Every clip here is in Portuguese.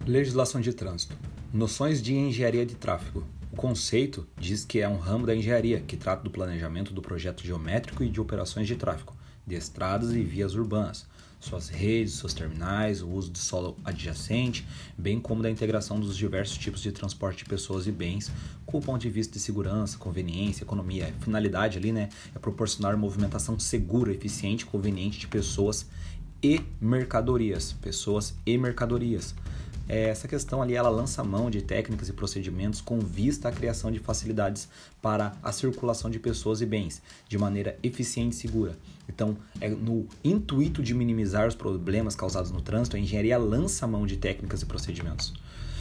Legislação de trânsito. Noções de engenharia de tráfego. O conceito diz que é um ramo da engenharia que trata do planejamento do projeto geométrico e de operações de tráfego, de estradas e vias urbanas, suas redes, seus terminais, o uso de solo adjacente, bem como da integração dos diversos tipos de transporte de pessoas e bens, com o ponto de vista de segurança, conveniência, economia. A finalidade ali, é proporcionar movimentação segura, eficiente e conveniente de pessoas e mercadorias. Essa questão ali, ela lança mão de técnicas e procedimentos com vista à criação de facilidades para a circulação de pessoas e bens, de maneira eficiente e segura. Então, no intuito de minimizar os problemas causados no trânsito, a engenharia lança mão de técnicas e procedimentos.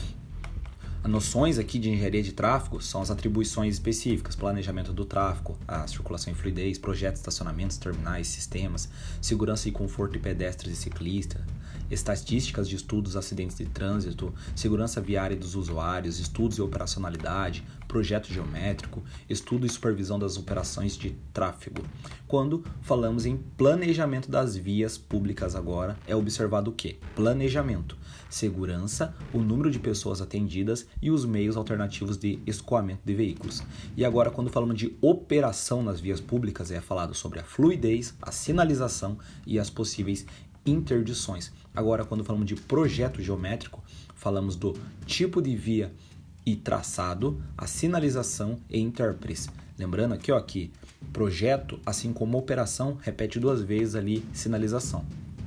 As noções aqui de engenharia de tráfego são as atribuições específicas: planejamento do tráfego, a circulação e fluidez, projetos, estacionamentos, terminais, sistemas, segurança e conforto de pedestres e ciclistas, estatísticas de estudos, acidentes de trânsito, segurança viária dos usuários, estudos e operacionalidade, projeto geométrico, estudo e supervisão das operações de tráfego. Quando falamos em planejamento das vias públicas agora, é observado o quê? Planejamento, segurança, o número de pessoas atendidas e os meios alternativos de escoamento de veículos. E agora, quando falamos de operação nas vias públicas, é falado sobre a fluidez, a sinalização e as possíveis interdições. Agora, quando falamos de projeto geométrico, falamos do tipo de via e traçado, a sinalização e intérpretes. Lembrando aqui, que projeto, assim como operação, repete 2 vezes ali sinalização.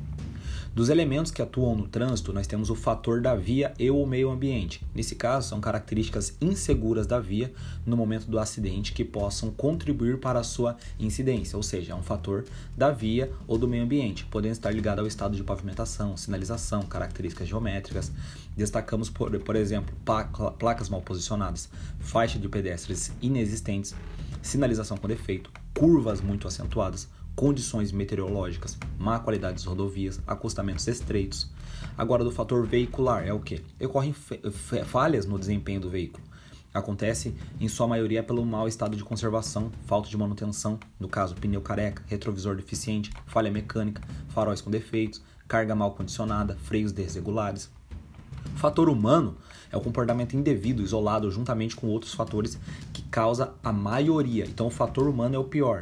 Dos elementos que atuam no trânsito, nós temos o fator da via e o meio ambiente. Nesse caso, são características inseguras da via no momento do acidente que possam contribuir para a sua incidência, ou seja, é um fator da via ou do meio ambiente, podendo estar ligado ao estado de pavimentação, sinalização, características geométricas. Destacamos, por exemplo, placas mal posicionadas, faixa de pedestres inexistentes, sinalização com defeito, curvas muito acentuadas, condições meteorológicas, má qualidade das rodovias, acostamentos estreitos. Agora, do fator veicular, é o quê? Ocorrem falhas no desempenho do veículo. Acontece, em sua maioria, pelo mau estado de conservação, falta de manutenção, no caso, pneu careca, retrovisor deficiente, falha mecânica, faróis com defeitos, carga mal condicionada, freios desregulares. O fator humano é o comportamento indevido, isolado, juntamente com outros fatores que causa a maioria. Então, o fator humano é o pior.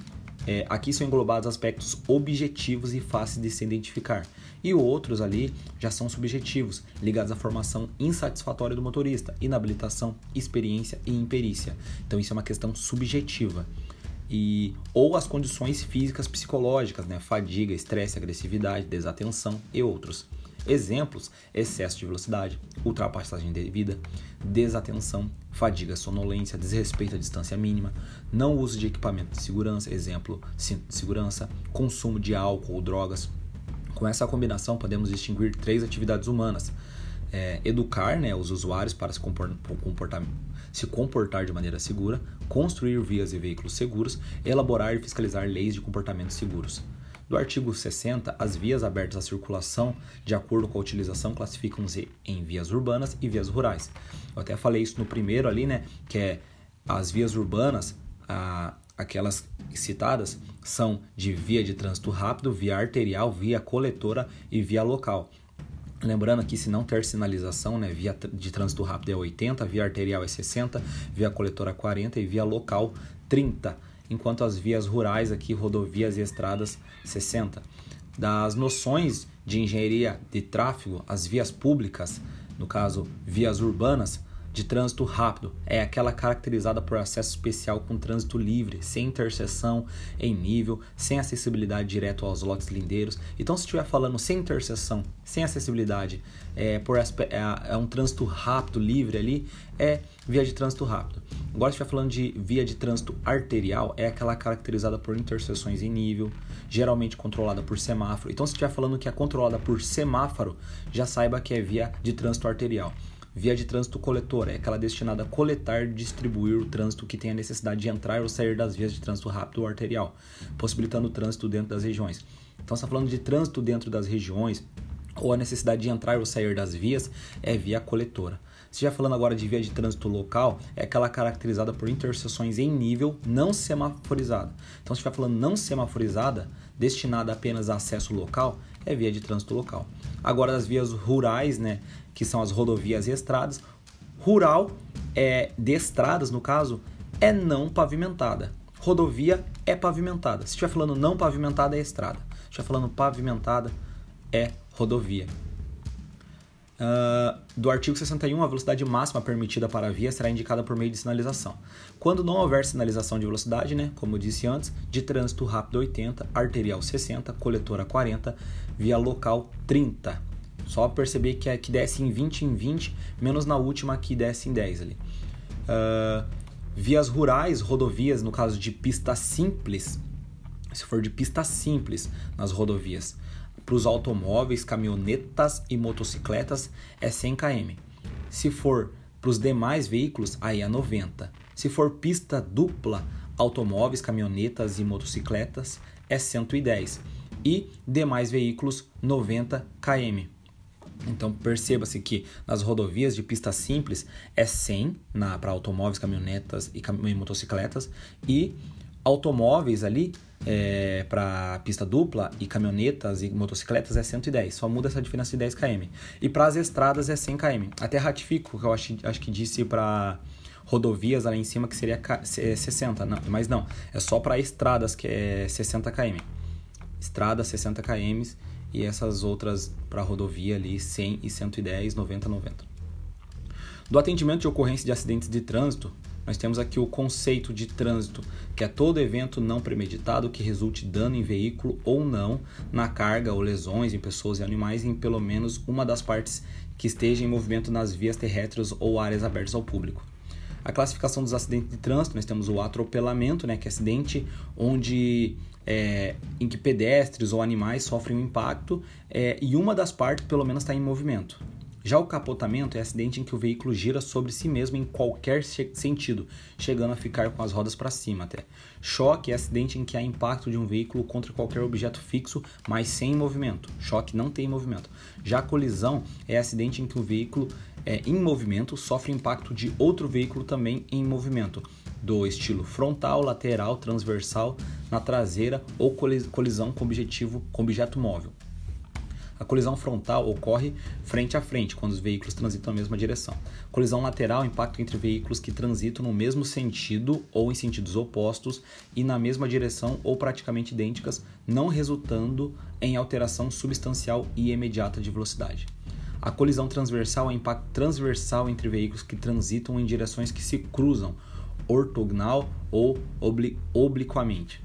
Aqui são englobados aspectos objetivos e fáceis de se identificar. E outros ali já são subjetivos, ligados à formação insatisfatória do motorista, inabilitação, experiência e imperícia. Então isso é uma questão subjetiva. Ou as condições físicas psicológicas, fadiga, estresse, agressividade, desatenção e outros. Exemplos: excesso de velocidade, ultrapassagem indevida, desatenção, fadiga, sonolência, desrespeito à distância mínima, não uso de equipamento de segurança, exemplo, cinto de segurança, consumo de álcool ou drogas. Com essa combinação, podemos distinguir 3 atividades humanas: educar os usuários para se comportar de maneira segura, construir vias e veículos seguros, elaborar e fiscalizar leis de comportamentos seguros. Do artigo 60, as vias abertas à circulação, de acordo com a utilização, classificam-se em vias urbanas e vias rurais. Eu até falei isso no primeiro ali, que é as vias urbanas, aquelas citadas, são de via de trânsito rápido, via arterial, via coletora e via local. Lembrando que se não ter sinalização, via de trânsito rápido é 80, via arterial é 60, via coletora 40 e via local 30. Enquanto as vias rurais, aqui, rodovias e estradas, 60. Das noções de engenharia de tráfego, as vias públicas, no caso, vias urbanas, de trânsito rápido, é aquela caracterizada por acesso especial com trânsito livre, sem interseção, em nível, sem acessibilidade direto aos lotes lindeiros. Então, se estiver falando sem interseção, sem acessibilidade, é um trânsito rápido, livre ali, é via de trânsito rápido. Agora, se estiver falando de via de trânsito arterial, é aquela caracterizada por interseções em nível, geralmente controlada por semáforo. Então, se estiver falando que é controlada por semáforo, já saiba que é via de trânsito arterial. Via de trânsito coletora é aquela destinada a coletar e distribuir o trânsito que tem a necessidade de entrar ou sair das vias de trânsito rápido ou arterial, possibilitando o trânsito dentro das regiões. Então, você está falando de trânsito dentro das regiões ou a necessidade de entrar ou sair das vias é via coletora. Se já falando agora de via de trânsito local, é aquela caracterizada por interseções em nível não semaforizada. Então, se estiver falando não semaforizada, destinada apenas a acesso local, é via de trânsito local. Agora, as vias rurais, né, que são as rodovias e estradas, rural de estradas, no caso, é não pavimentada. Rodovia é pavimentada. Se estiver falando não pavimentada, é estrada. Se estiver falando pavimentada, é rodovia. Do artigo 61, a velocidade máxima permitida para a via será indicada por meio de sinalização. Quando não houver sinalização de velocidade, né, como eu disse antes, de trânsito rápido 80, arterial 60, coletora 40, via local 30. Só perceber que aqui desce em 20, menos na última que desce em 10 ali. Vias rurais, rodovias, no caso de pista simples, se for de pista simples nas rodovias, para os automóveis, caminhonetas e motocicletas é 100 km. Se for para os demais veículos, aí é 90. Se for pista dupla, automóveis, caminhonetas e motocicletas é 110. E demais veículos, 90 km. Então perceba-se que nas rodovias de pista simples é 100 para automóveis, caminhonetas e motocicletas, e automóveis ali para pista dupla e caminhonetas e motocicletas é 110, só muda essa diferença de 10 km. E para as estradas é 100 km. Até ratifico que eu acho que disse para rodovias lá em cima que seria 60, não, mas não, é só para estradas que é 60 km. Estrada 60 km e essas outras para rodovia ali 100 e 110, 90, 90. Do atendimento de ocorrência de acidentes de trânsito, nós temos aqui o conceito de trânsito, que é todo evento não premeditado que resulte dano em veículo ou não, na carga ou lesões em pessoas e animais em pelo menos uma das partes que esteja em movimento nas vias terrestres ou áreas abertas ao público. A classificação dos acidentes de trânsito, nós temos o atropelamento, né, que é acidente em que pedestres ou animais sofrem um impacto e uma das partes pelo menos está em movimento. Já o capotamento é acidente em que o veículo gira sobre si mesmo em qualquer sentido, chegando a ficar com as rodas para cima até. Choque é acidente em que há impacto de um veículo contra qualquer objeto fixo, mas sem movimento. Choque não tem movimento. Já colisão é acidente em que o veículo em movimento sofre impacto de outro veículo também em movimento, do estilo frontal, lateral, transversal, na traseira ou colisão com objeto móvel. A colisão frontal ocorre frente a frente, quando os veículos transitam na mesma direção. Colisão lateral, impacto entre veículos que transitam no mesmo sentido ou em sentidos opostos e na mesma direção ou praticamente idênticas, não resultando em alteração substancial e imediata de velocidade. A colisão transversal é impacto transversal entre veículos que transitam em direções que se cruzam, ortogonal ou obliquamente.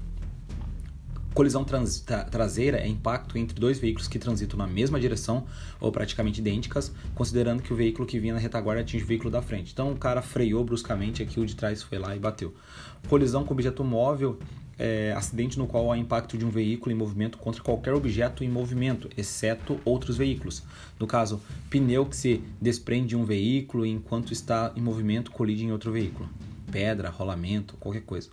Colisão traseira é impacto entre dois veículos que transitam na mesma direção ou praticamente idênticas, considerando que o veículo que vinha na retaguarda atinge o veículo da frente. Então o cara freou bruscamente, aqui o de trás foi lá e bateu. Colisão com objeto móvel é acidente no qual há impacto de um veículo em movimento contra qualquer objeto em movimento, exceto outros veículos. No caso, pneu que se desprende de um veículo e enquanto está em movimento colide em outro veículo. Pedra, rolamento, qualquer coisa.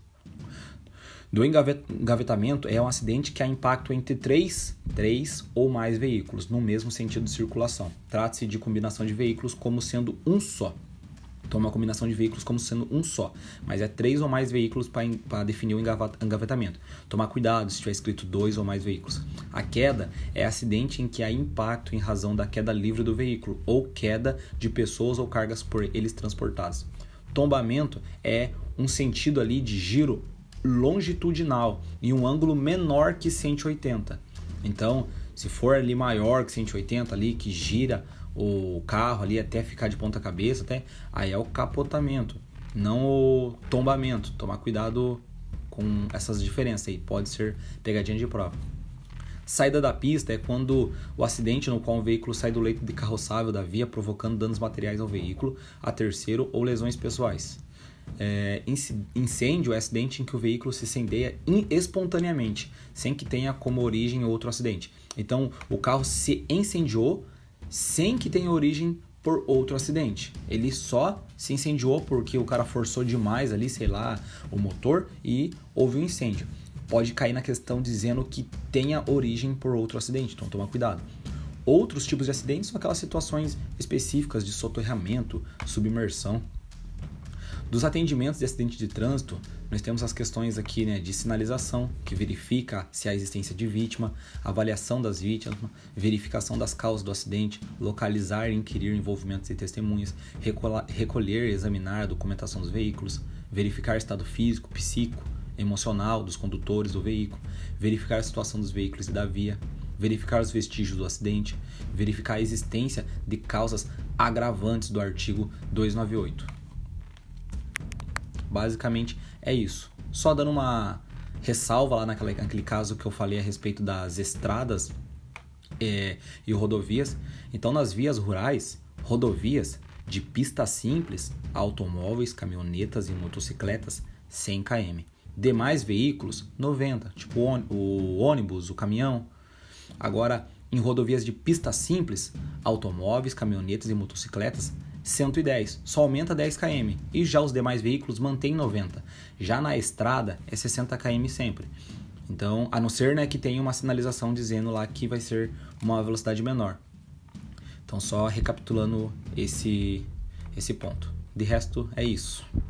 Do engavetamento é um acidente que há impacto entre três ou mais veículos no mesmo sentido de circulação. Trata-se de combinação de veículos como sendo um só. Então, uma combinação de veículos como sendo um só, mas é 3 ou mais veículos para definir o engavetamento. Tomar cuidado se tiver escrito 2 ou mais veículos. A queda é acidente em que há impacto em razão da queda livre do veículo ou queda de pessoas ou cargas por eles transportadas. Tombamento é um sentido ali de giro longitudinal em um ângulo menor que 180. Então, se for ali maior que 180 ali, que gira o carro ali até ficar de ponta cabeça, aí é o capotamento, não o tombamento. Tomar cuidado com essas diferenças aí, pode ser pegadinha de prova. Saída da pista é quando o acidente no qual um veículo sai do leito de carroçável da via, provocando danos materiais ao veículo, a terceiro ou lesões pessoais. Incêndio é acidente em que o veículo se incendeia espontaneamente, sem que tenha como origem outro acidente. Então, o carro se incendiou sem que tenha origem por outro acidente. Ele só se incendiou porque o cara forçou demais ali, sei lá, o motor e houve um incêndio. Pode cair na questão dizendo que tenha origem por outro acidente, então toma cuidado. Outros tipos de acidentes são aquelas situações específicas de soterramento, submersão. Dos atendimentos de acidente de trânsito, nós temos as questões aqui, né, de sinalização, que verifica se há existência de vítima, avaliação das vítimas, verificação das causas do acidente, localizar e inquirir envolvimentos de testemunhas, recolher e examinar a documentação dos veículos, verificar estado físico, psíquico, emocional dos condutores do veículo, verificar a situação dos veículos e da via, verificar os vestígios do acidente, verificar a existência de causas agravantes do artigo 298. Basicamente é isso. Só dando uma ressalva lá naquele caso que eu falei a respeito das estradas e rodovias. Então, nas vias rurais, rodovias de pista simples, automóveis, caminhonetas e motocicletas, 100 km. Demais veículos, 90, tipo o ônibus, o caminhão. Agora, em rodovias de pista simples, automóveis, caminhonetas e motocicletas, 110, só aumenta 10 km, e já os demais veículos mantém 90. Já na estrada é 60 km sempre. Então, a não ser, né, que tenha uma sinalização dizendo lá que vai ser uma velocidade menor. Então, só recapitulando esse ponto. De resto, é isso.